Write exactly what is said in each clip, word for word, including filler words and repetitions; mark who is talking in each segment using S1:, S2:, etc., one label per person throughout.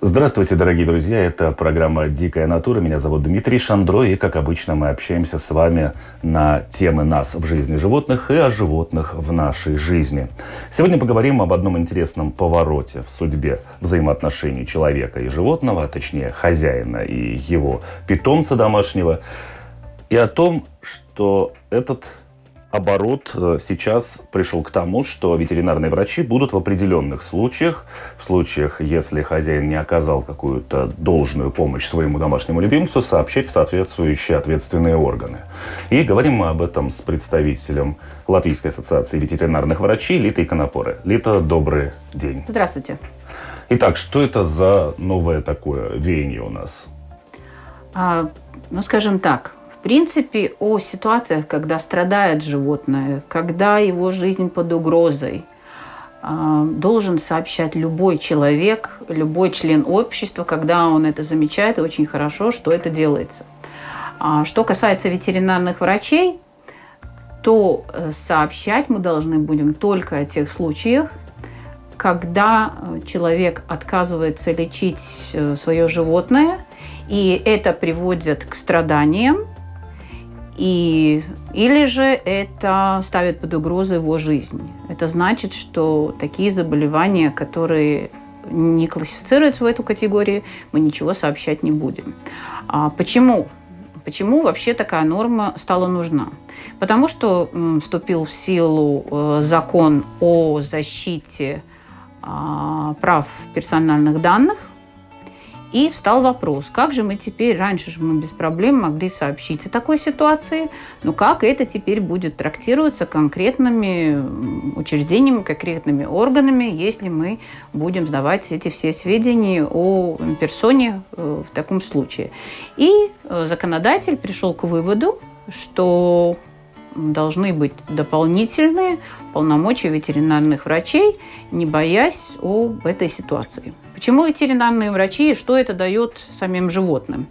S1: Здравствуйте, дорогие друзья. Это программа «Дикая натура». Меня зовут Дмитрий Шандро. И, как обычно, мы общаемся с вами на темы нас в жизни животных и о животных в нашей жизни. Сегодня поговорим об одном интересном повороте в судьбе взаимоотношений человека и животного, а точнее хозяина и его питомца домашнего. И о том, что этот оборот сейчас пришел к тому, что ветеринарные врачи будут в определенных случаях, в случаях, если хозяин не оказал какую-то должную помощь своему домашнему любимцу, сообщать в соответствующие ответственные органы. И говорим мы об этом с представителем Латвийской ассоциации ветеринарных врачей Литой Конопоры. Лита, добрый день.
S2: Здравствуйте.
S1: Итак, что это за новое такое веяние у нас?
S2: А, ну, скажем так. В принципе, о ситуациях, когда страдает животное, когда его жизнь под угрозой, должен сообщать любой человек, любой член общества, когда он это замечает, и очень хорошо, что это делается. Что касается ветеринарных врачей, то сообщать мы должны будем только о тех случаях, когда человек отказывается лечить свое животное, и это приводит к страданиям, И, или же это ставит под угрозу его жизнь. Это значит, что такие заболевания, которые не классифицируются в эту категорию, мы ничего сообщать не будем. А почему? Почему вообще такая норма стала нужна? Потому что м, вступил в силу э, закон о защите э, прав персональных данных. И встал вопрос, как же мы теперь, раньше же мы без проблем могли сообщить о такой ситуации, но как это теперь будет трактироваться конкретными учреждениями, конкретными органами, если мы будем сдавать эти все сведения о персоне в таком случае. И законодатель пришел к выводу, что должны быть дополнительные полномочия ветеринарных врачей, не боясь об этой ситуации. Почему ветеринарные врачи и что это дает самим животным?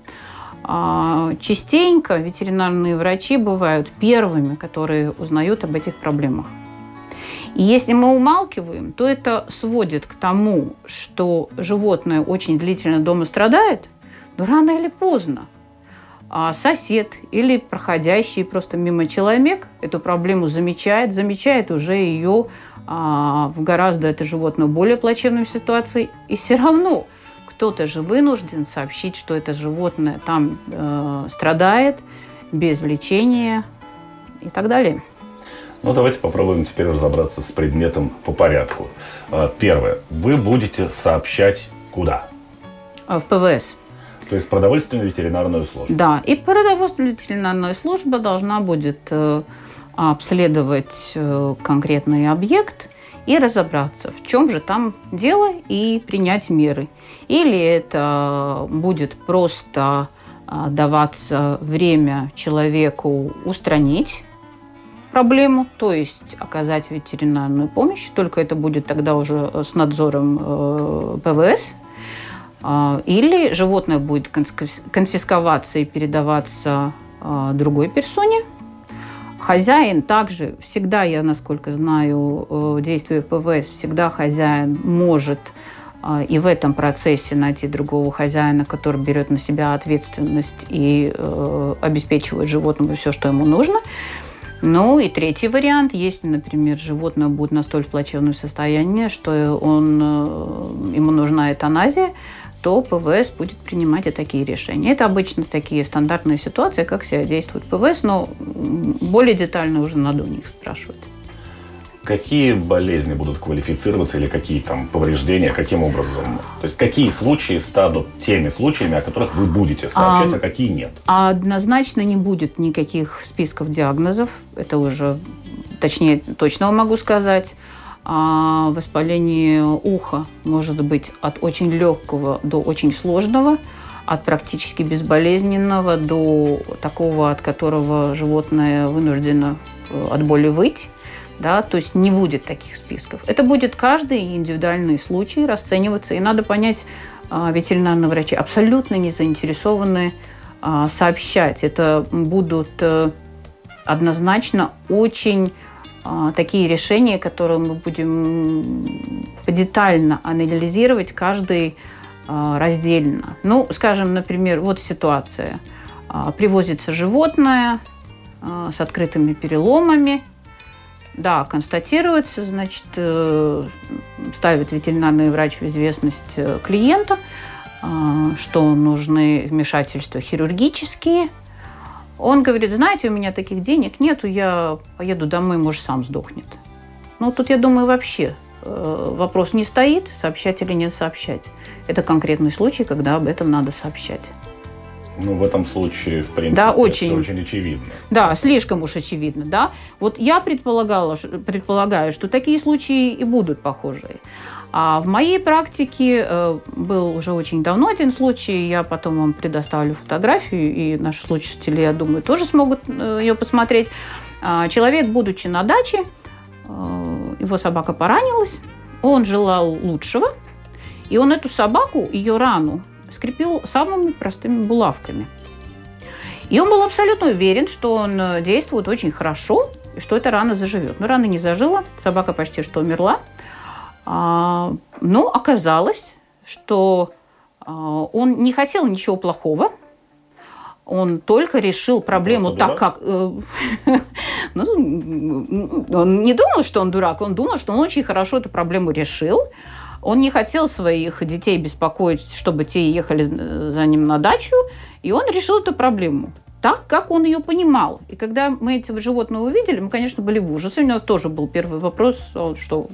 S2: Частенько ветеринарные врачи бывают первыми, которые узнают об этих проблемах. И если мы умалкиваем, то это сводит к тому, что животное очень длительно дома страдает, но рано или поздно а сосед или проходящий просто мимо человек эту проблему замечает, замечает уже ее а, в гораздо это животное более плачевной ситуации, и все равно кто-то же вынужден сообщить, что это животное там э, страдает без лечения и так далее.
S1: Ну, давайте попробуем теперь разобраться с предметом по порядку. Первое. Вы будете сообщать куда?
S2: В ПВС.
S1: То есть продовольственную ветеринарную службу.
S2: Да, и продовольственная ветеринарная служба должна будет э, обследовать э, конкретный объект и разобраться, в чем же там дело, и принять меры. Или это будет просто э, даваться время человеку устранить проблему, то есть оказать ветеринарную помощь, только это будет тогда уже с надзором э, ПВС. Или животное будет конфисковаться и передаваться другой персоне. Хозяин также всегда, я насколько знаю, действуя ПВС, всегда хозяин может и в этом процессе найти другого хозяина, который берет на себя ответственность и обеспечивает животному все, что ему нужно. Ну и третий вариант, если, например, животное будет настолько в плачевном состоянии, что он, ему нужна эвтаназия, то ПВС будет принимать и такие решения. Это обычно такие стандартные ситуации, как себя действует ПВС, но более детально уже надо у них спрашивать.
S1: Какие болезни будут квалифицироваться или какие там повреждения, каким образом? То есть какие случаи станут теми случаями, о которых вы будете сообщать, а, а какие нет?
S2: Однозначно не будет никаких списков диагнозов. Это уже, точнее, точно могу сказать. А воспаление уха может быть от очень легкого до очень сложного, от практически безболезненного до такого, от которого животное вынуждено от боли выть. Да, то есть не будет таких списков. Это будет каждый индивидуальный случай расцениваться. И надо понять, ветеринарные врачи абсолютно не заинтересованы сообщать. Это будут однозначно очень такие решения, которые мы будем детально анализировать каждый раздельно. Ну, скажем, например, вот ситуация. Привозится животное с открытыми переломами. Да, констатируется, значит, ставит ветеринарный врач в известность клиента, что нужны вмешательства хирургические. Он говорит: знаете, у меня таких денег нету, я поеду домой, может, сам сдохнет. Ну, тут, я думаю, вообще вопрос не стоит, сообщать или не сообщать. Это конкретный случай, когда об этом надо сообщать.
S1: Ну, в этом случае, в принципе,
S2: да,
S1: это
S2: очень,
S1: очень очевидно.
S2: Да, слишком уж очевидно, да. Вот я предполагала, предполагаю, что такие случаи и будут похожие. А в моей практике э, был уже очень давно один случай, я потом вам предоставлю фотографию, и наши слушатели, я думаю, тоже смогут э, ее посмотреть. Э, человек, будучи на даче, э, его собака поранилась, он желал лучшего, и он эту собаку, ее рану, скрепил самыми простыми булавками. И он был абсолютно уверен, что он действует очень хорошо, и что эта рана заживет. Но рана не зажила, собака почти что умерла. А, но оказалось, что а, он не хотел ничего плохого, он только решил проблему так, как... Э, ну, он не думал, что он дурак, он думал, что он очень хорошо эту проблему решил. Он не хотел своих детей беспокоить, чтобы те ехали за ним на дачу, и он решил эту проблему так, как он ее понимал. И когда мы этого животного увидели, мы, конечно, были в ужасе. У нас тоже был первый вопрос, что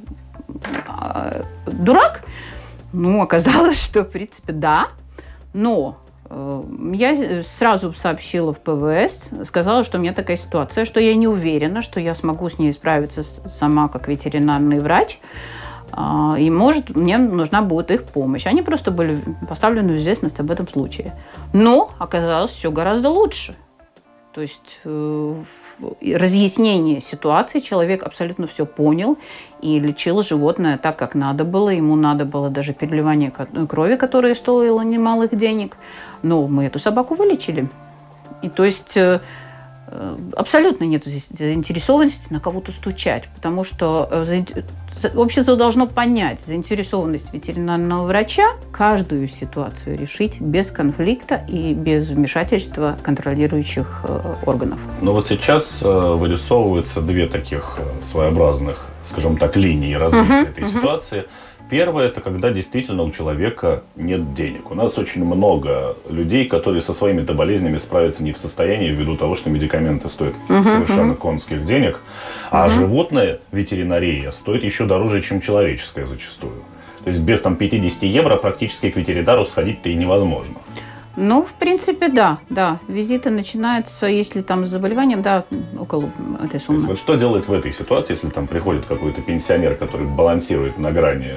S2: дурак? Ну, оказалось, что, в принципе, да. Но э, я сразу сообщила в ПВС, сказала, что у меня такая ситуация, что я не уверена, что я смогу с ней справиться сама как ветеринарный врач. Э, и, может, мне нужна будет их помощь. Они просто были поставлены в известность об этом случае. Но оказалось все гораздо лучше. То есть э, разъяснение ситуации, человек абсолютно все понял и лечил животное так, как надо было. Ему надо было даже переливание крови, которое стоило немалых денег. Но мы эту собаку вылечили. И то есть э, абсолютно нет здесь заинтересованности на кого-то стучать, потому что э, общество должно понять заинтересованность ветеринарного врача каждую ситуацию решить без конфликта и без вмешательства контролирующих э, органов.
S1: Но вот сейчас э, вырисовываются две таких своеобразных, скажем так, линии развития uh-huh, этой uh-huh. ситуации. Первое – это когда действительно у человека нет денег. У нас очень много людей, которые со своими-то болезнями справиться не в состоянии ввиду того, что медикаменты стоят uh-huh, совершенно uh-huh. конских денег, а uh-huh. животное ветеринария стоит еще дороже, чем человеческая зачастую. То есть без там, пятьдесят евро практически к ветеринару сходить-то и невозможно.
S2: Ну, в принципе, да, да. Визиты начинаются, если там с заболеванием, да, около этой суммы.
S1: То есть, вот что делает в этой ситуации, если там приходит какой-то пенсионер, который балансирует на грани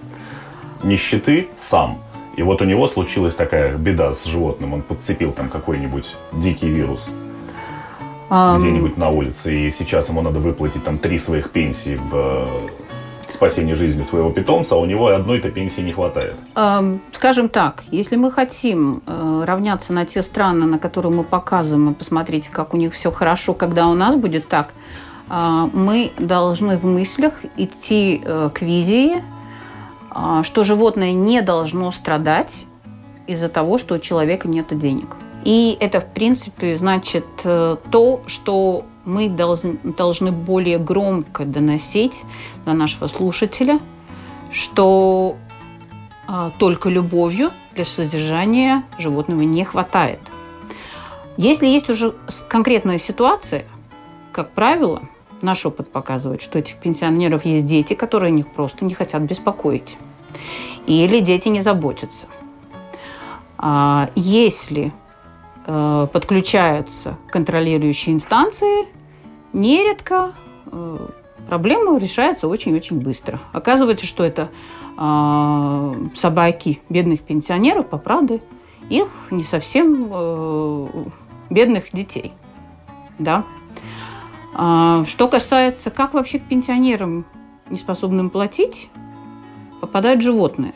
S1: нищеты сам, и вот у него случилась такая беда с животным, он подцепил там какой-нибудь дикий вирус um... где-нибудь на улице, и сейчас ему надо выплатить там три своих пенсии в спасение жизни своего питомца, а у него одной-то пенсии не хватает.
S2: Скажем так, если мы хотим равняться на те страны, на которые мы показываем, и посмотреть, как у них все хорошо, когда у нас будет так, мы должны в мыслях идти к визии, что животное не должно страдать из-за того, что у человека нет денег. И это, в принципе, значит то, что мы должны, должны более громко доносить до нашего слушателя, что а, только любовью для содержания животного не хватает. Если есть уже конкретная ситуация, как правило, наш опыт показывает, что у этих пенсионеров есть дети, которые их просто не хотят беспокоить. Или дети не заботятся. А, если э, подключаются контролирующие инстанции, нередко э, проблема решается очень-очень быстро. Оказывается, что это э, собаки бедных пенсионеров, по правде, их не совсем э, бедных детей. Да? А, что касается, как вообще к пенсионерам, неспособным платить, попадают животные.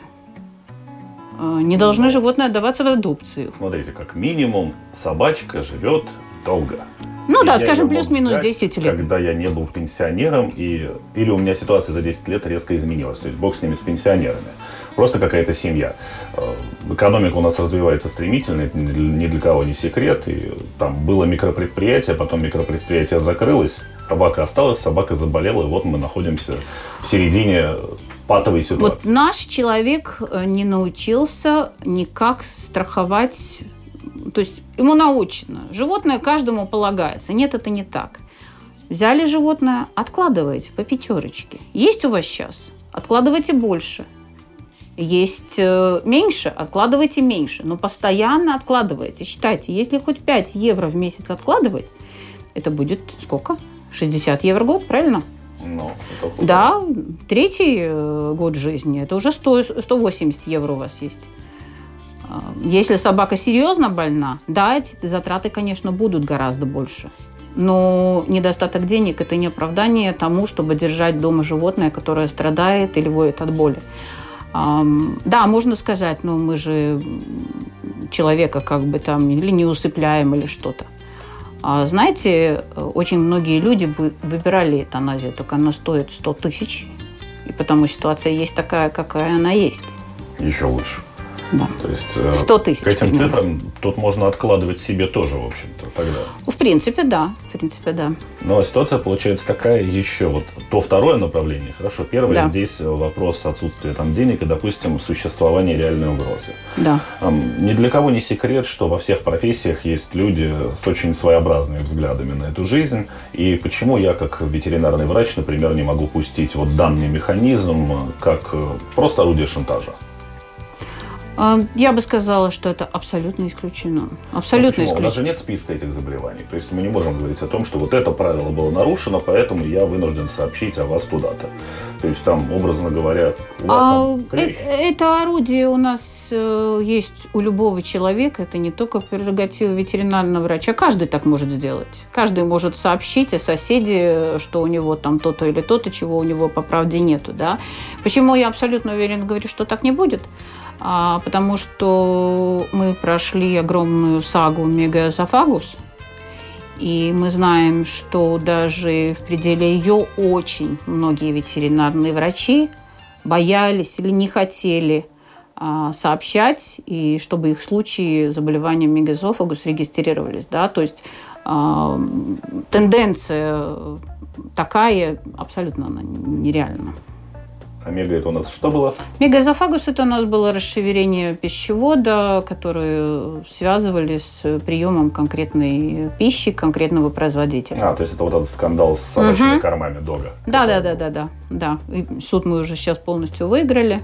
S2: А, не должны животные отдаваться в адопцию.
S1: Смотрите, как минимум собачка живет долго.
S2: Ну
S1: и
S2: да,
S1: я
S2: скажем,
S1: её мог
S2: плюс-минус
S1: взять,
S2: десять лет.
S1: когда я не был пенсионером, и, или у меня ситуация за десять лет резко изменилась. То есть бог с ними, с пенсионерами. Просто какая-то семья. Экономика у нас развивается стремительно, это ни для кого не секрет. И там было микропредприятие, потом микропредприятие закрылось, собака осталась, собака заболела, и вот мы находимся в середине патовой ситуации.
S2: Вот наш человек не научился никак страховать, то есть ему научено. Животное каждому полагается. Нет, это не так. Взяли животное, откладываете по пятерочке. Есть у вас сейчас? Откладывайте больше. Есть меньше, откладывайте меньше. Но постоянно откладывайте. Считайте, если хоть пять евро в месяц откладывать, это будет сколько? шестьдесят евро в год, правильно?
S1: Ну,
S2: да, третий год жизни, это уже сто, сто восемьдесят евро у вас есть. Если собака серьезно больна, да, эти затраты, конечно, будут гораздо больше. Но недостаток денег – это не оправдание тому, чтобы держать дома животное, которое страдает или воет от боли. Да, можно сказать, ну мы же человека как бы там или не усыпляем, или что-то. А знаете, очень многие люди бы выбирали эвтаназию, только она стоит сто тысяч, и потому ситуация есть такая, какая она есть.
S1: Еще лучше.
S2: Да.
S1: То есть
S2: сто тысяч.
S1: К этим
S2: примерно.
S1: цифрам тут можно откладывать себе тоже, в общем-то, тогда.
S2: В принципе, да. В принципе, да.
S1: Но ситуация получается такая еще. Вот то второе направление. Хорошо, первое
S2: Да.
S1: здесь вопрос отсутствия там денег и, допустим, существования реальной угрозы.
S2: Да.
S1: Ни для кого не секрет, что во всех профессиях есть люди с очень своеобразными взглядами на эту жизнь. И почему я, как ветеринарный врач, например, не могу пустить вот данный механизм как просто орудие шантажа?
S2: Я бы сказала, что это абсолютно исключено. Абсолютно
S1: Почему? У
S2: исключено.
S1: нас же нет списка этих заболеваний. То есть мы не можем говорить о том, что вот это правило было нарушено, поэтому я вынужден сообщить о вас туда-то. То есть там, образно говоря, у вас
S2: А
S1: там клещ.
S2: это, это орудие у нас э, есть у любого человека. Это не только прерогатива ветеринарного врача. Каждый так может сделать. Каждый может сообщить о соседе, что у него там то-то или то-то, чего у него по правде нету. Да? Почему я абсолютно уверенно говорю, что так не будет? А, потому что мы прошли огромную сагу мегаэзофагус, и мы знаем, что даже в пределе ее очень многие ветеринарные врачи боялись или не хотели а, сообщать, и чтобы их случаи заболевания мегаэзофагус регистрировались. Да? То есть а, тенденция такая абсолютно она нереальна.
S1: Омега это у нас что было?
S2: Мегаэзофагус – это у нас было расширение пищевода, которые связывали с приемом конкретной пищи конкретного производителя.
S1: А, то есть это вот этот скандал с собачьими
S2: Угу.
S1: кормами Дога.
S2: Да, да, да, да, да, да. И суд мы уже сейчас полностью выиграли.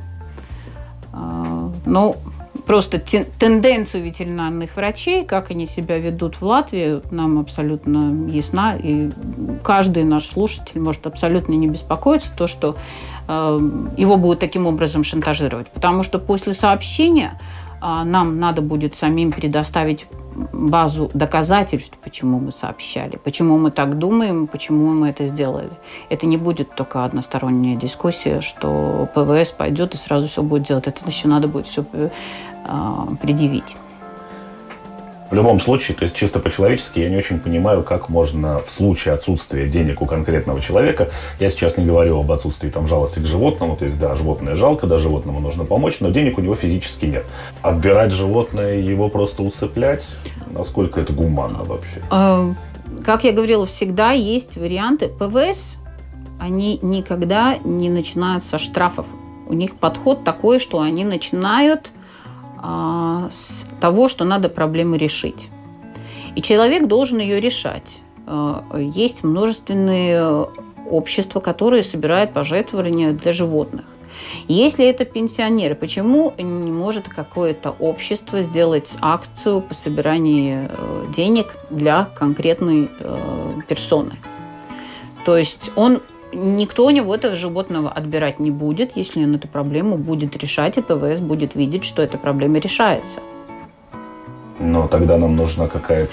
S2: Но просто тенденцию ветеринарных врачей, как они себя ведут в Латвии, нам абсолютно ясна. И каждый наш слушатель может абсолютно не беспокоиться, то, что его будут таким образом шантажировать. Потому что после сообщения нам надо будет самим предоставить базу доказательств, почему мы сообщали, почему мы так думаем, почему мы это сделали. Это не будет только односторонняя дискуссия, что ПВС пойдет и сразу все будет делать. Это еще надо будет все предъявить.
S1: В любом случае, то есть чисто по-человечески, я не очень понимаю, как можно в случае отсутствия денег у конкретного человека, я сейчас не говорю об отсутствии там жалости к животному, то есть да, животное жалко, да, животному нужно помочь, но денег у него физически нет. Отбирать животное, его просто усыплять, насколько это гуманно вообще?
S2: Как я говорила, всегда есть варианты. ПВС, они никогда не начинают со штрафов. У них подход такой, что они начинают с того, что надо проблему решить. И человек должен ее решать. Есть множественные общества, которые собирают пожертвования для животных. Если это пенсионеры, почему не может какое-то общество сделать акцию по собиранию денег для конкретной персоны? То есть он никто у него этого животного отбирать не будет, если он эту проблему будет решать, и ПВС будет видеть, что эта проблема решается.
S1: Но тогда нам нужна какая-то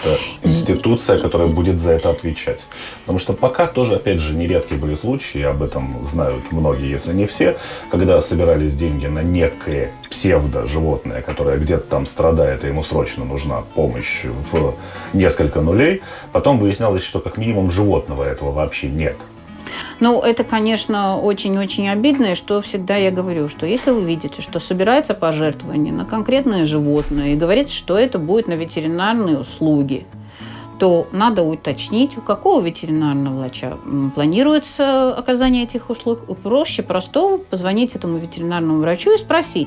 S1: институция, которая будет за это отвечать. Потому что пока тоже, опять же, нередки были случаи, об этом знают многие, если не все, когда собирались деньги на некое псевдо-животное, которое где-то там страдает, и ему срочно нужна помощь в несколько нулей. Потом выяснялось, что как минимум животного этого вообще нет.
S2: Ну, это, конечно, очень-очень обидно, и что всегда я говорю, что если вы видите, что собирается пожертвование на конкретное животное, и говорится, что это будет на ветеринарные услуги, то надо уточнить, у какого ветеринарного врача планируется оказание этих услуг. Проще простого позвонить этому ветеринарному врачу и спросить,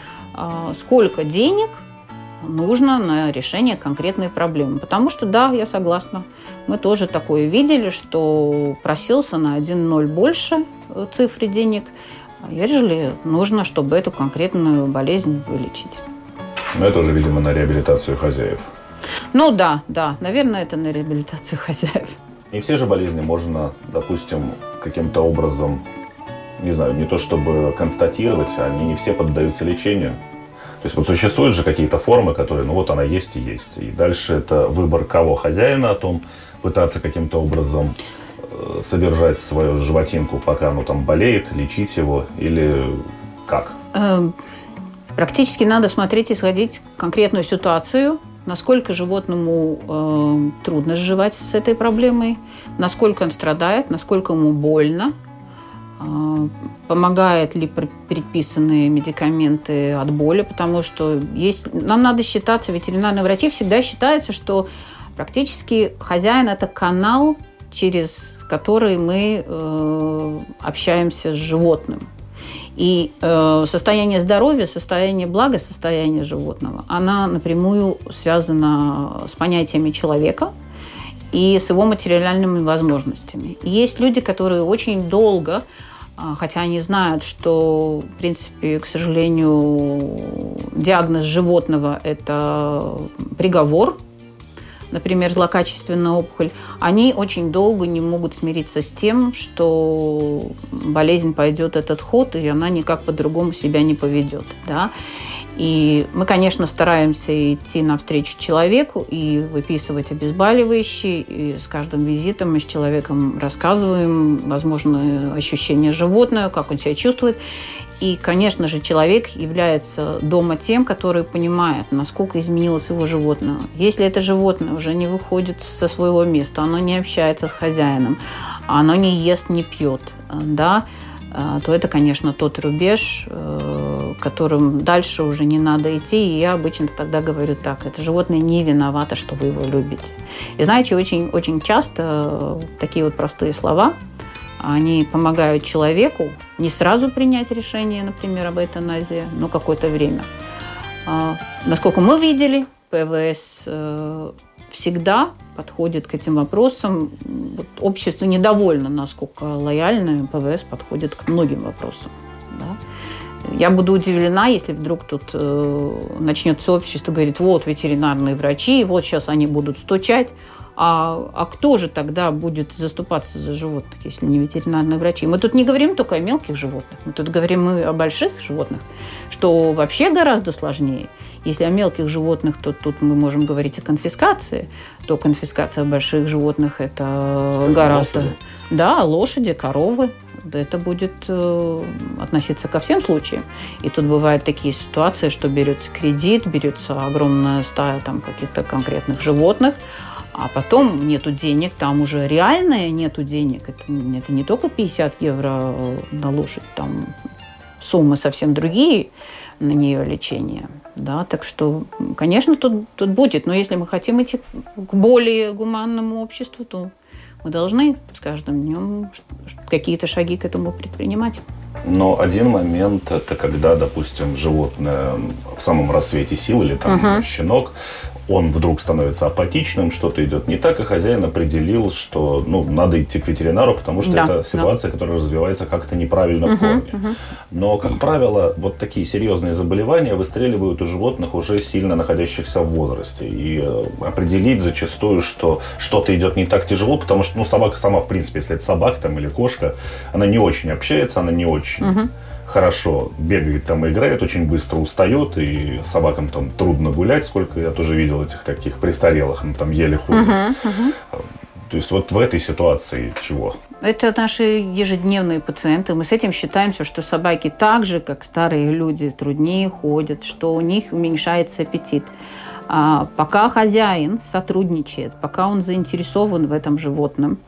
S2: сколько денег нужно на решение конкретной проблемы. Потому что, да, я согласна, мы тоже такое видели, что просился на один ноль больше цифры денег, ежели нужно, чтобы эту конкретную болезнь вылечить.
S1: Но это уже, видимо, на реабилитацию хозяев.
S2: Ну да, да, наверное, это на реабилитацию хозяев.
S1: Не все же болезни можно, допустим, каким-то образом, не знаю, не то чтобы констатировать, они не все поддаются лечению. То есть вот существуют же какие-то формы, которые, ну вот она есть и есть. И дальше это выбор кого? Хозяина о том, пытаться каким-то образом э, содержать свою животинку, пока оно там болеет, лечить его, или как?
S2: Эм, практически надо смотреть и сходить в конкретную ситуацию, насколько животному э, трудно сживать с этой проблемой, насколько он страдает, насколько ему больно, э, помогают ли предписанные медикаменты от боли, потому что есть, нам надо считаться, ветеринарные врачи всегда считаются, что практически хозяин – это канал, через который мы э, общаемся с животным. И э, состояние здоровья, состояние благосостояния животного, она напрямую связана с понятиями человека и с его материальными возможностями. И есть люди, которые очень долго, хотя они знают, что, в принципе, к сожалению, диагноз животного – это приговор, например, злокачественная опухоль, они очень долго не могут смириться с тем, что болезнь пойдет этот ход, и она никак по-другому себя не поведет. Да? И мы, конечно, стараемся идти навстречу человеку и выписывать обезболивающие. И с каждым визитом мы с человеком рассказываем возможные ощущения животного, как он себя чувствует. И, конечно же, человек является дома тем, который понимает, насколько изменилось его животное. Если это животное уже не выходит со своего места, оно не общается с хозяином, оно не ест, не пьет, да, то это, конечно, тот рубеж, которым дальше уже не надо идти. И я обычно тогда говорю так: это животное не виновато, что вы его любите. И знаете, очень, очень часто такие вот простые слова, они помогают человеку не сразу принять решение, например, об эвтаназии, но какое-то время. Насколько мы видели, ПВС всегда подходит к этим вопросам. Общество недовольно, насколько лояльно ПВС подходит к многим вопросам. Да? Я буду удивлена, если вдруг тут э, начнется общество, говорит, вот ветеринарные врачи, вот сейчас они будут стучать. А, а кто же тогда будет заступаться за животных, если не ветеринарные врачи? Мы тут не говорим только о мелких животных, мы тут говорим и о больших животных, что вообще гораздо сложнее. Если о мелких животных, то тут мы можем говорить о конфискации, то конфискация больших животных – это что гораздо… Лошади? Да, лошади, коровы. Это будет э, относиться ко всем случаям. И тут бывают такие ситуации, что берется кредит, берется огромная стая там, каких-то конкретных животных, а потом нету денег, там уже реальное нету денег. Это, это не только пятьдесят евро на лошадь, там суммы совсем другие на нее лечение. Да? Так что, конечно, тут, тут будет. Но если мы хотим идти к более гуманному обществу, то мы должны с каждым днем какие-то шаги к этому предпринимать.
S1: Но один момент – это когда, допустим, животное в самом рассвете сил или там uh-huh. щенок, он вдруг становится апатичным, что-то идет не так, и хозяин определил, что ну, надо идти к ветеринару, потому что да, это ситуация, да. которая развивается как-то неправильно uh-huh, в форме. Uh-huh. Но, как правило, вот такие серьезные заболевания выстреливают у животных, уже сильно находящихся в возрасте. И э, определить зачастую, что что-то идет не так тяжело, потому что ну, собака сама, в принципе, если это собака там, или кошка, она не очень общается, она не очень... Uh-huh. хорошо бегает там и играет, очень быстро устает, и собакам там трудно гулять, сколько я тоже видел этих таких престарелых, они там еле ходят. Uh-huh, uh-huh. То есть вот в этой ситуации чего?
S2: Это наши ежедневные пациенты. Мы с этим считаемся, что собаки так же, как старые люди, труднее ходят, что у них уменьшается аппетит. А пока хозяин сотрудничает, пока он заинтересован в этом животном,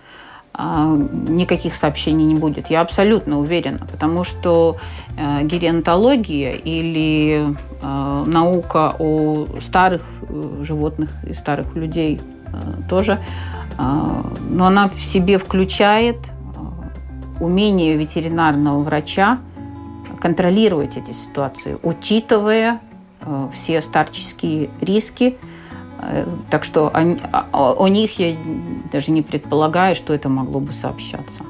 S2: никаких сообщений не будет. Я абсолютно уверена, потому что э, геронтология или э, наука о старых э, животных и старых людей э, тоже, э, но она в себе включает э, умение ветеринарного врача контролировать эти ситуации, учитывая э, все старческие риски. Так что о, о, о них я даже не предполагаю, что это могло бы сообщаться.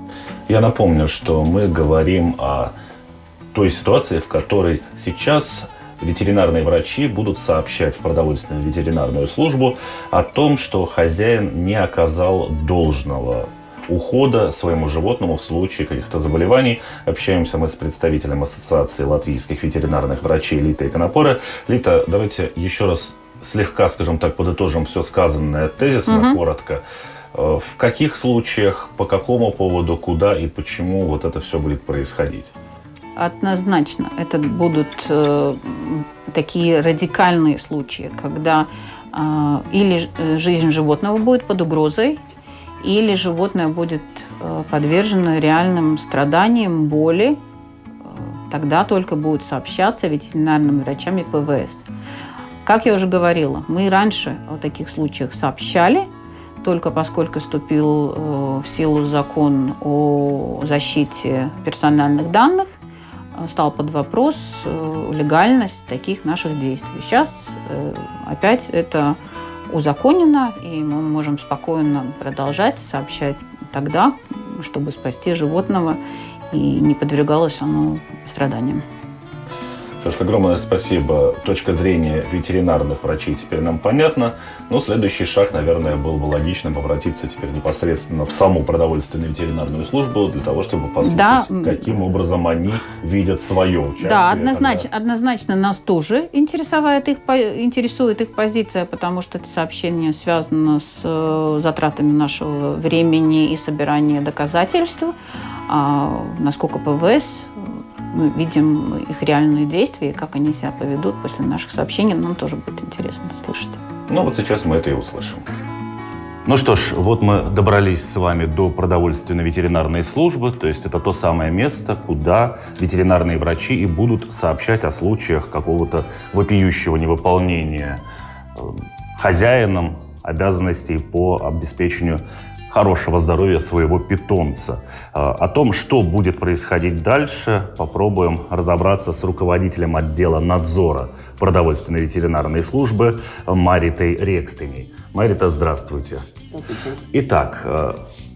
S1: Я напомню, что мы говорим о той ситуации, в которой сейчас ветеринарные врачи будут сообщать в продовольственную ветеринарную службу о том, что хозяин не оказал должного ухода своему животному в случае каких-то заболеваний. Общаемся мы с представителем Ассоциации латвийских ветеринарных врачей Литой Конопора. Лита, давайте еще раз слегка, скажем так, подытожим все сказанное тезисно, угу. коротко. В каких случаях, по какому поводу, куда и почему вот это все будет происходить?
S2: Однозначно. Это будут э, такие радикальные случаи, когда э, или жизнь животного будет под угрозой, или животное будет э, подвержено реальным страданиям, боли. Тогда только будет сообщаться ветеринарными врачами пэ вэ эс. Как я уже говорила, мы раньше о таких случаях сообщали, только поскольку вступил в силу закон о защите персональных данных, стал под вопрос легальность таких наших действий. Сейчас опять это узаконено, и мы можем спокойно продолжать сообщать тогда, чтобы спасти животного, и не подвергалось оно страданиям.
S1: Что ж, огромное спасибо. Точка зрения ветеринарных врачей теперь нам понятна. Но следующий шаг, наверное, был бы логичным обратиться теперь непосредственно в саму продовольственную ветеринарную службу для того, чтобы послушать, да. каким образом они видят свое участие.
S2: Да, однозначно, когда... однозначно нас тоже интересует их, интересует их позиция, потому что это сообщение связано с затратами нашего времени и собирания доказательств. А насколько пэ вэ эс... мы видим их реальные действия, как они себя поведут после наших сообщений. Нам тоже будет интересно слышать.
S1: Ну вот сейчас мы это и услышим. Ну что ж, вот мы добрались с вами до продовольственной ветеринарной службы. То есть это то самое место, куда ветеринарные врачи и будут сообщать о случаях какого-то вопиющего невыполнения хозяином обязанностей по обеспечению хорошего здоровья своего питомца. О том, что будет происходить дальше, попробуем разобраться с руководителем отдела надзора продовольственной ветеринарной службы Маритой Рекстеней. Марита, здравствуйте.
S3: Здравствуйте.
S1: Итак,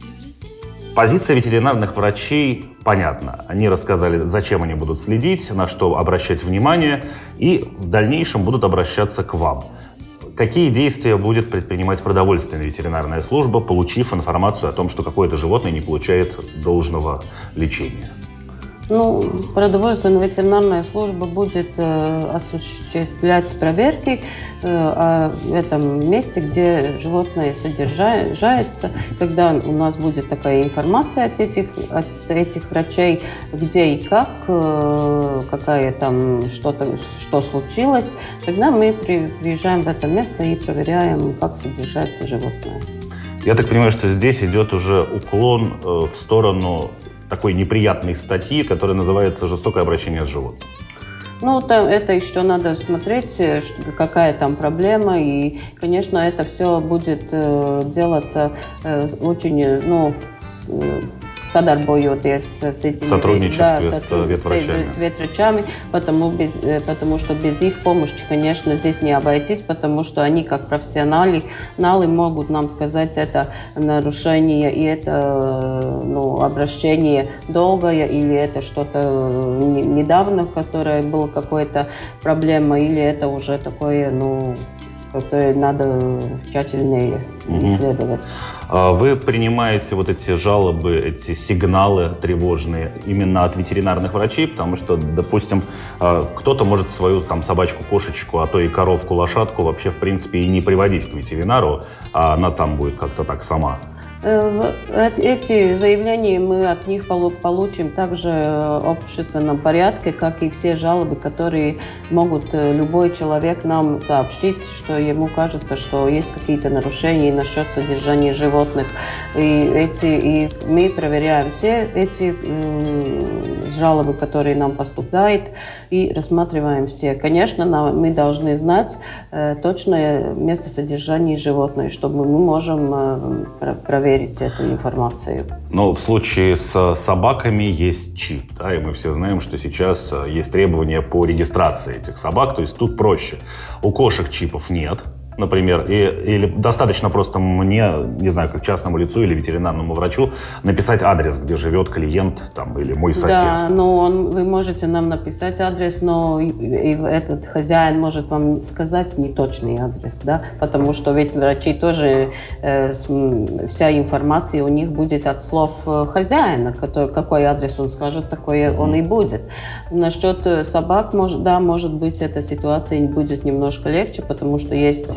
S1: позиция ветеринарных врачей понятна. Они рассказали, зачем они будут следить, на что обращать внимание, и в дальнейшем будут обращаться к вам. Какие действия будет предпринимать продовольственная ветеринарная служба, получив информацию о том, что какое-то животное не получает должного лечения?
S3: Ну, продовольственная ветеринарная служба будет э, осуществлять проверки э, в этом месте, где животное содержится. Когда у нас будет такая информация от этих, от этих врачей, где и как, э, какая там что-то, что случилось, тогда мы приезжаем в это место и проверяем, как содержится животное.
S1: Я так понимаю, что здесь идет уже уклон э, в сторону такой неприятной статьи, которая называется «Жестокое обращение с животным».
S3: Ну, там, это еще надо смотреть, какая там проблема. И, конечно, это все будет э, делаться э, очень, ну, sadarbojoties с этими
S1: сотрудничестве
S3: да,
S1: с ветврачами.
S3: С ветврачами, потому, без, потому что без их помощи, конечно, здесь не обойтись, потому что они, как профессионалы, могут нам сказать, это нарушение и это ну, обращение долгое, или это что-то недавно, в которое была какая-то проблема, или это уже такое, ну, которое надо тщательнее исследовать.
S1: Вы принимаете вот эти жалобы, эти сигналы тревожные именно от ветеринарных врачей, потому что, допустим, кто-то может свою там собачку, кошечку, а то и коровку, лошадку вообще, в принципе, и не приводить к ветеринару, а она там будет как-то так сама.
S3: Эти заявления мы от них получим также в общественном порядке, как и все жалобы, которые могут любой человек нам сообщить, что ему кажется, что есть какие-то нарушения насчет содержания животных. И, эти, и мы проверяем все эти жалобы, которые нам поступают, и рассматриваем все. Конечно, нам, мы должны знать э, точное место содержания животных, чтобы мы можем э, проверить эту информацию.
S1: Но в случае с собаками есть чип, да, и мы все знаем, что сейчас есть требования по регистрации этих собак, то есть тут проще. У кошек чипов нет, например, и, или достаточно просто мне, не знаю, как частному лицу или ветеринарному врачу, написать адрес, где живет клиент там, или мой сосед.
S3: Да, но он, вы можете нам написать адрес, но и, и этот хозяин может вам сказать неточный адрес, да, потому что ведь врачи тоже, э, с, вся информация у них будет от слов хозяина, который, какой адрес он скажет, такой mm-hmm. он и будет. Насчет собак, может, да, может быть, эта ситуация будет немножко легче, потому что есть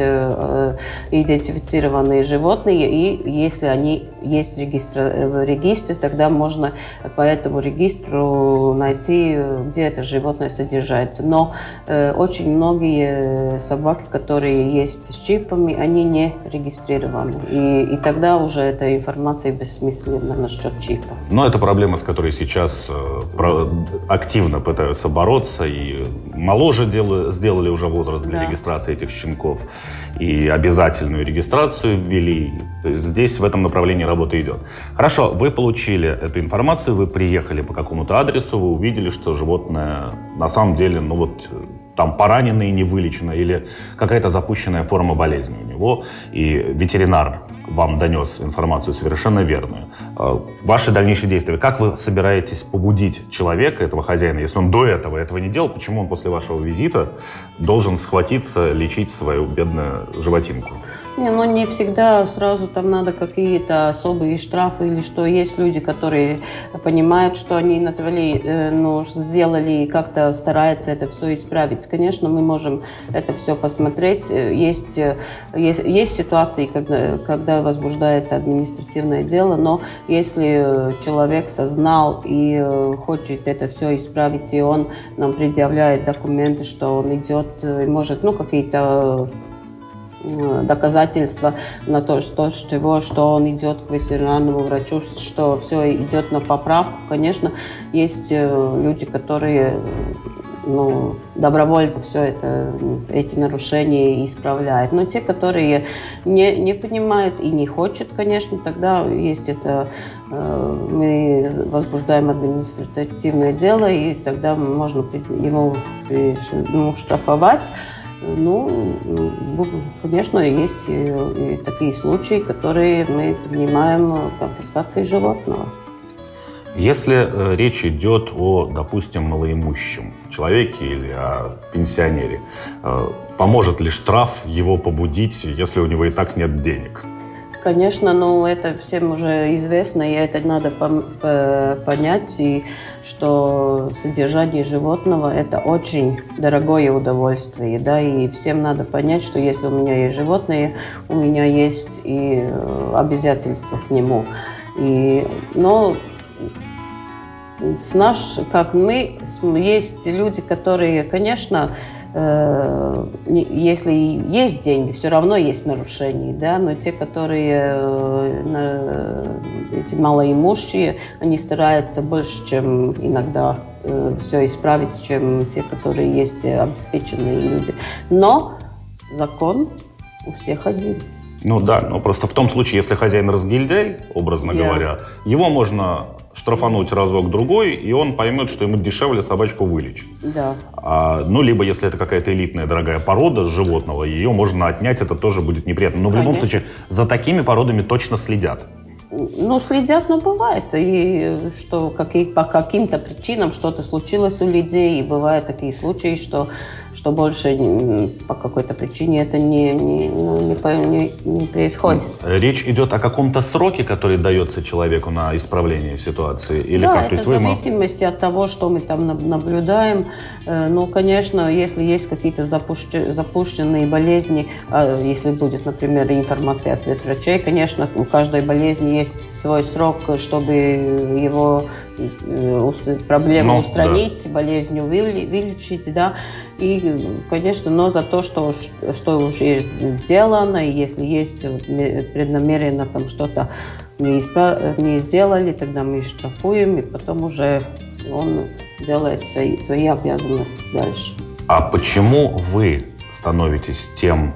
S3: идентифицированные животные, и если они есть в регистре, тогда можно по этому регистру найти, где это животное содержится. Но э, очень многие собаки, которые есть с чипами, они не регистрированы. И, и тогда уже эта информация бессмысленна насчет чипа.
S1: Но это проблема, с которой сейчас э, про, активно пытаются бороться, и моложе делали, сделали уже возраст для да. регистрации этих щенков. И обязательную регистрацию ввели. То есть здесь в этом направлении работа идет. Хорошо, вы получили эту информацию, вы приехали по какому-то адресу, вы увидели, что животное на самом деле, ну вот, там поранено и не вылечено, или какая-то запущенная форма болезни у него, и ветеринар вам донес информацию совершенно верную. Ваши дальнейшие действия. Как вы собираетесь побудить человека, этого хозяина, если он до этого этого не делал, почему он после вашего визита должен схватиться, лечить свою бедную животинку?
S3: Не, ну не всегда сразу там надо какие-то особые штрафы или что. Есть люди, которые понимают, что они натворили, э, ну, сделали и как-то стараются это все исправить. Конечно, мы можем это все посмотреть. Есть, есть, есть ситуации, когда, когда возбуждается административное дело, но если человек сознал и хочет это все исправить, и он нам предъявляет документы, что он идет, может, ну, какие-то доказательства на то, что, что, что он идет к ветеринарному врачу, что все идет на поправку. Конечно, есть люди, которые ну, добровольно все это, эти нарушения исправляют. Но те, которые не, не понимают и не хотят, конечно, тогда есть это, мы возбуждаем административное дело, и тогда можно ему ну, штрафовать. Ну, конечно, есть и, и такие случаи, которые мы принимаем конфискации животного.
S1: Если э, речь идет о, допустим, малоимущем человеке или о пенсионере, э, поможет ли штраф его побудить, если у него и так нет денег?
S3: Конечно, но это всем уже известно, и это надо понять, и что содержание животного – это очень дорогое удовольствие, да, и всем надо понять, что если у меня есть животные, у меня есть и обязательства к нему. И, но с наш, как мы, есть люди, которые, конечно, если есть деньги, все равно есть нарушения, да, но те, которые эти малоимущие, они стараются больше, чем иногда все исправить, чем те, которые есть обеспеченные люди. Но закон у всех один.
S1: Ну да, но просто в том случае, если хозяин разгильдяй, образно yeah. говоря, его можно штрафануть разок-другой, и он поймет, что ему дешевле собачку вылечить.
S3: Да.
S1: А, ну, либо, если это какая-то элитная дорогая порода животного, ее можно отнять, это тоже будет неприятно. Но в Конечно. любом случае, за такими породами точно следят.
S3: Ну, следят, но бывает. И что какие, по каким-то причинам что-то случилось у людей. И бывают такие случаи, что что больше по какой-то причине это не, не, ну, не, не, не происходит.
S1: Речь идет о каком-то сроке, который дается человеку на исправление ситуации? Или
S3: да,
S1: как?
S3: это
S1: То есть
S3: в зависимости от того, что мы там наблюдаем. Ну, конечно, если есть какие-то запущенные болезни, если будет, например, информация от ветврачей, конечно, у каждой болезни есть свой срок, чтобы его проблему ну, устранить, да. болезнь вылечить, да. И, конечно, но за то, что, что уже сделано, и если есть преднамеренно там что-то не, исправ... не сделали, тогда мы штрафуем, и потом уже он делает свои, свои обязанности дальше.
S1: А почему вы становитесь тем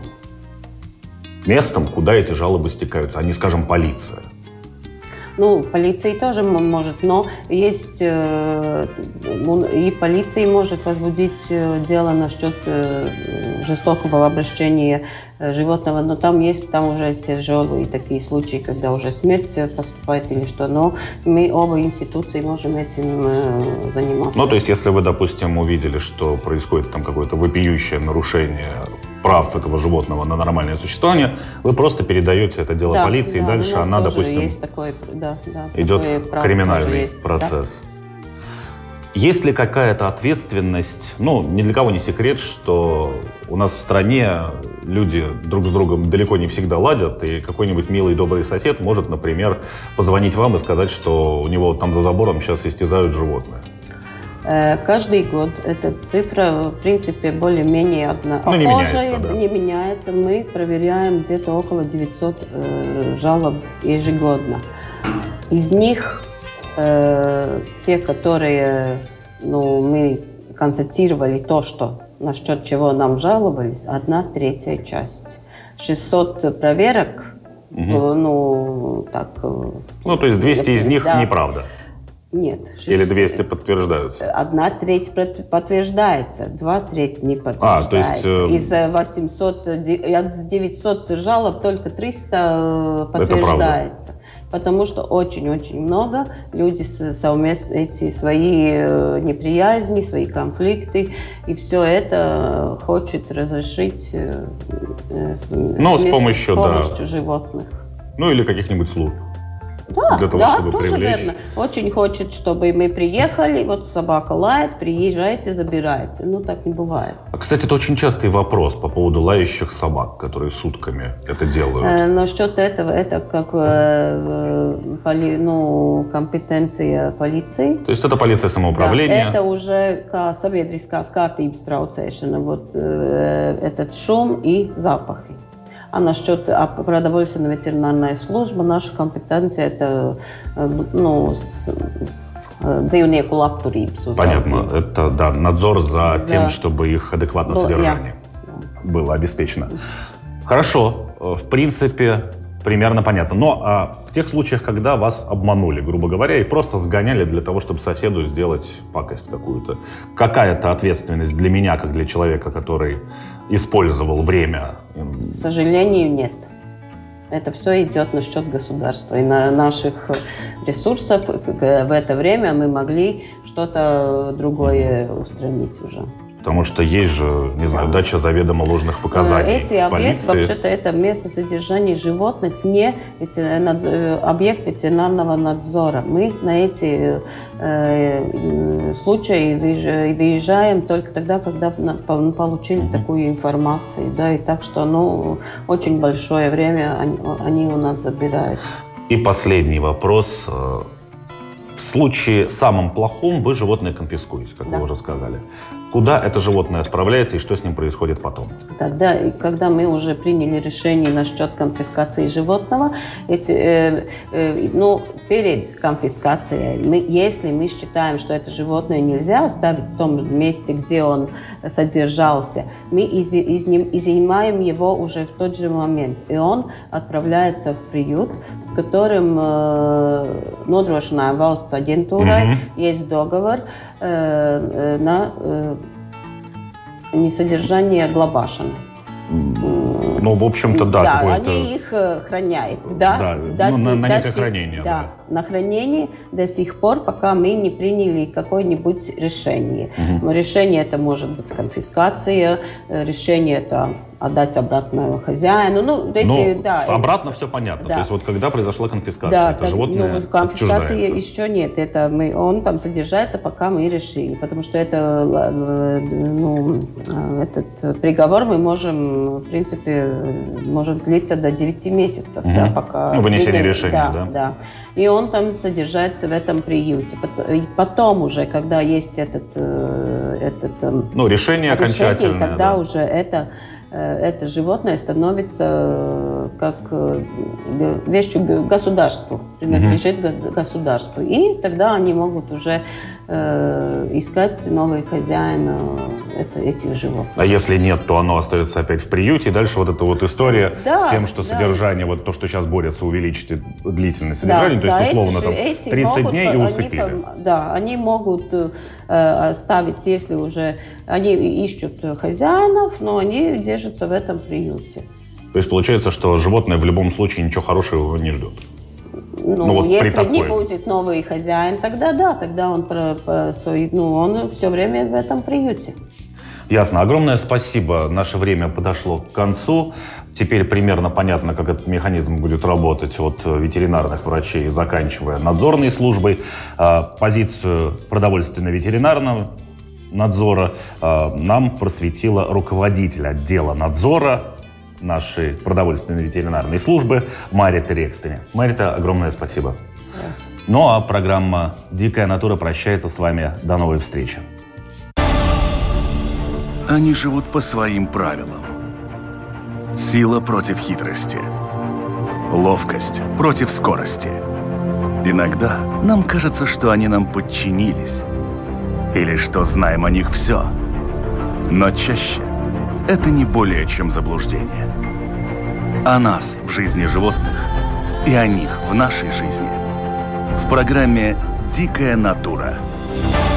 S1: местом, куда эти жалобы стекаются, а не, скажем, полиция?
S3: Ну, полиция тоже может, но есть э, и полиция может возбудить дело насчет э, жестокого обращения животного, но там есть там уже тяжелые такие случаи, когда уже смерть поступает или что, но мы оба институции можем этим э, заниматься.
S1: Ну, то есть, если вы, допустим, увидели, что происходит там какое-то вопиющее нарушение прав этого животного на нормальное существование, вы просто передаете это дело
S3: да,
S1: полиции,
S3: да,
S1: и дальше она, допустим,
S3: есть такой, да, да,
S1: идет криминальный
S3: есть,
S1: процесс.
S3: Да.
S1: Есть ли какая-то ответственность? Ну, ни для кого не секрет, что у нас в стране люди друг с другом далеко не всегда ладят, и какой-нибудь милый добрый сосед может, например, позвонить вам и сказать, что у него там за забором сейчас истязают животное.
S3: Каждый год эта цифра, в принципе, более-менее одна.
S1: Ну, не меняется, да.
S3: не меняется. Мы проверяем где-то около девятьсот э, жалоб ежегодно. Из них э, те, которые ну, мы констатировали то, что насчет чего нам жаловались, одна третья часть. шестьсот проверок, угу. э, ну, так...
S1: Ну, то есть двести из них да. неправда.
S3: Нет.
S1: Или двести подтверждаются?
S3: Одна треть подтверждается, два трети не подтверждается. А, то есть, э... Из восьмисот, из девятисот жалоб только триста подтверждается. Потому что очень-очень много люди совместно эти свои неприязни, свои конфликты, и все это хочет разрешить с,
S1: ну, с помощью,
S3: с помощью
S1: да.
S3: животных.
S1: Ну или каких-нибудь служб.
S3: Да,
S1: для того,
S3: да,
S1: чтобы
S3: тоже
S1: привлечь.
S3: верно. Очень хочет, чтобы мы приехали, вот собака лает, приезжайте, забирайте. Ну, так не бывает.
S1: А, кстати, это очень частый вопрос по поводу лающих собак, которые сутками это делают.
S3: Э, насчет этого, это как э, поли, ну, компетенция полиции.
S1: То есть это полиция самоуправления?
S3: Да, это уже kā sabiedriskās kārtības traucēšana, вот э, этот шум и запахи. А насчет продовольственной ветеринарной службы, наша компетенция – это ну, dzīvnieku labturības.
S1: Понятно. Это да, надзор за, за тем, чтобы их адекватное Был, содержание я. было обеспечено. Хорошо. В принципе, примерно понятно. Но а в тех случаях, когда вас обманули, грубо говоря, и просто сгоняли для того, чтобы соседу сделать пакость какую-то, какая-то ответственность для меня, как для человека, который использовал время?
S3: К сожалению, нет. Это все идет на счет государства. И на наших ресурсов в это время мы могли что-то другое устранить уже.
S1: Потому что есть же, не знаю, дача заведомо ложных показаний.
S3: Эти объекты, вообще-то, это место содержания животных, не объект ветеринарного надзора. Мы на эти э, случаи выезжаем только тогда, когда получили mm-hmm. такую информацию. Да, и так что, ну, очень большое время они, они у нас забирают.
S1: И последний вопрос. В случае самом плохом вы животное конфискуете, как да. вы уже сказали. Куда это животное отправляется и что с ним происходит потом?
S3: Тогда, когда мы уже приняли решение насчет конфискации животного, эти, э, э, ну, перед конфискацией, мы, если мы считаем, что это животное нельзя оставить в том месте, где он содержался, мы из, из, изънимаем его уже в тот же момент. И он отправляется в приют, с которым э, Nodrošinājuma valsts агентурой mm-hmm. есть договор э, э, на э, несодержание глобашен.
S1: Ну, в общем-то, да.
S3: Да,
S1: какое-то...
S3: они их храняют. Да,
S1: да,
S3: да,
S1: ну, на, на
S3: да,
S1: некое хранение.
S3: Да, да, на хранение до сих пор, пока мы не приняли какое-нибудь решение. Угу. Но решение это может быть конфискация, решение это отдать обратно хозяину. Ну, эти,
S1: ну
S3: да,
S1: обратно
S3: это,
S1: все понятно.
S3: Да.
S1: То есть вот когда произошла конфискация,
S3: да,
S1: это
S3: так,
S1: животное
S3: ну, конфискации
S1: отчуждается.
S3: еще нет. Это мы, он там содержится, пока мы решили. Потому что это, ну, этот приговор мы можем, в принципе, может длиться до девяти месяцев. Угу. Да, пока
S1: ну, вынесение
S3: приняли,
S1: решения,
S3: да,
S1: да?
S3: Да. И он там содержится в этом приюте. И потом уже, когда есть этот... этот
S1: ну, решение окончательное.
S3: Тогда
S1: да.
S3: уже это... это животное становится как вещью государству, принадлежит mm-hmm. государству. И тогда они могут уже э, искать новый хозяин это, этих животных.
S1: А если нет, то оно остается опять в приюте. И дальше вот эта вот история
S3: да,
S1: с тем, что да. содержание, вот то, что сейчас борется, увеличить длительность содержания,
S3: да,
S1: то есть
S3: да,
S1: условно
S3: эти,
S1: там
S3: эти
S1: тридцать
S3: могут,
S1: дней и усыпили.
S3: Там, да, они могут э, оставить, если уже они ищут хозяинов, но они держатся в этом приюте.
S1: То есть получается, что животное в любом случае ничего хорошего не ждет.
S3: Ну, ну вот если не будет новый хозяин, тогда да, тогда он, про, про, ну, он все время в этом приюте.
S1: Ясно. Огромное спасибо. Наше время подошло к концу. Теперь примерно понятно, как этот механизм будет работать от ветеринарных врачей, заканчивая надзорной службой. Позицию продовольственно-ветеринарного надзора нам просветила руководитель отдела надзора нашей продовольственной ветеринарной службы Марита Рекстене. Марита, огромное спасибо. Ну а программа «Дикая натура» прощается с вами. До новой встречи.
S4: Они живут по своим правилам. Сила против хитрости. Ловкость против скорости. Иногда нам кажется, что они нам подчинились. Или что знаем о них все. Но чаще это не более чем заблуждение. О нас в жизни животных и о них в нашей жизни. В программе «Дикая натура».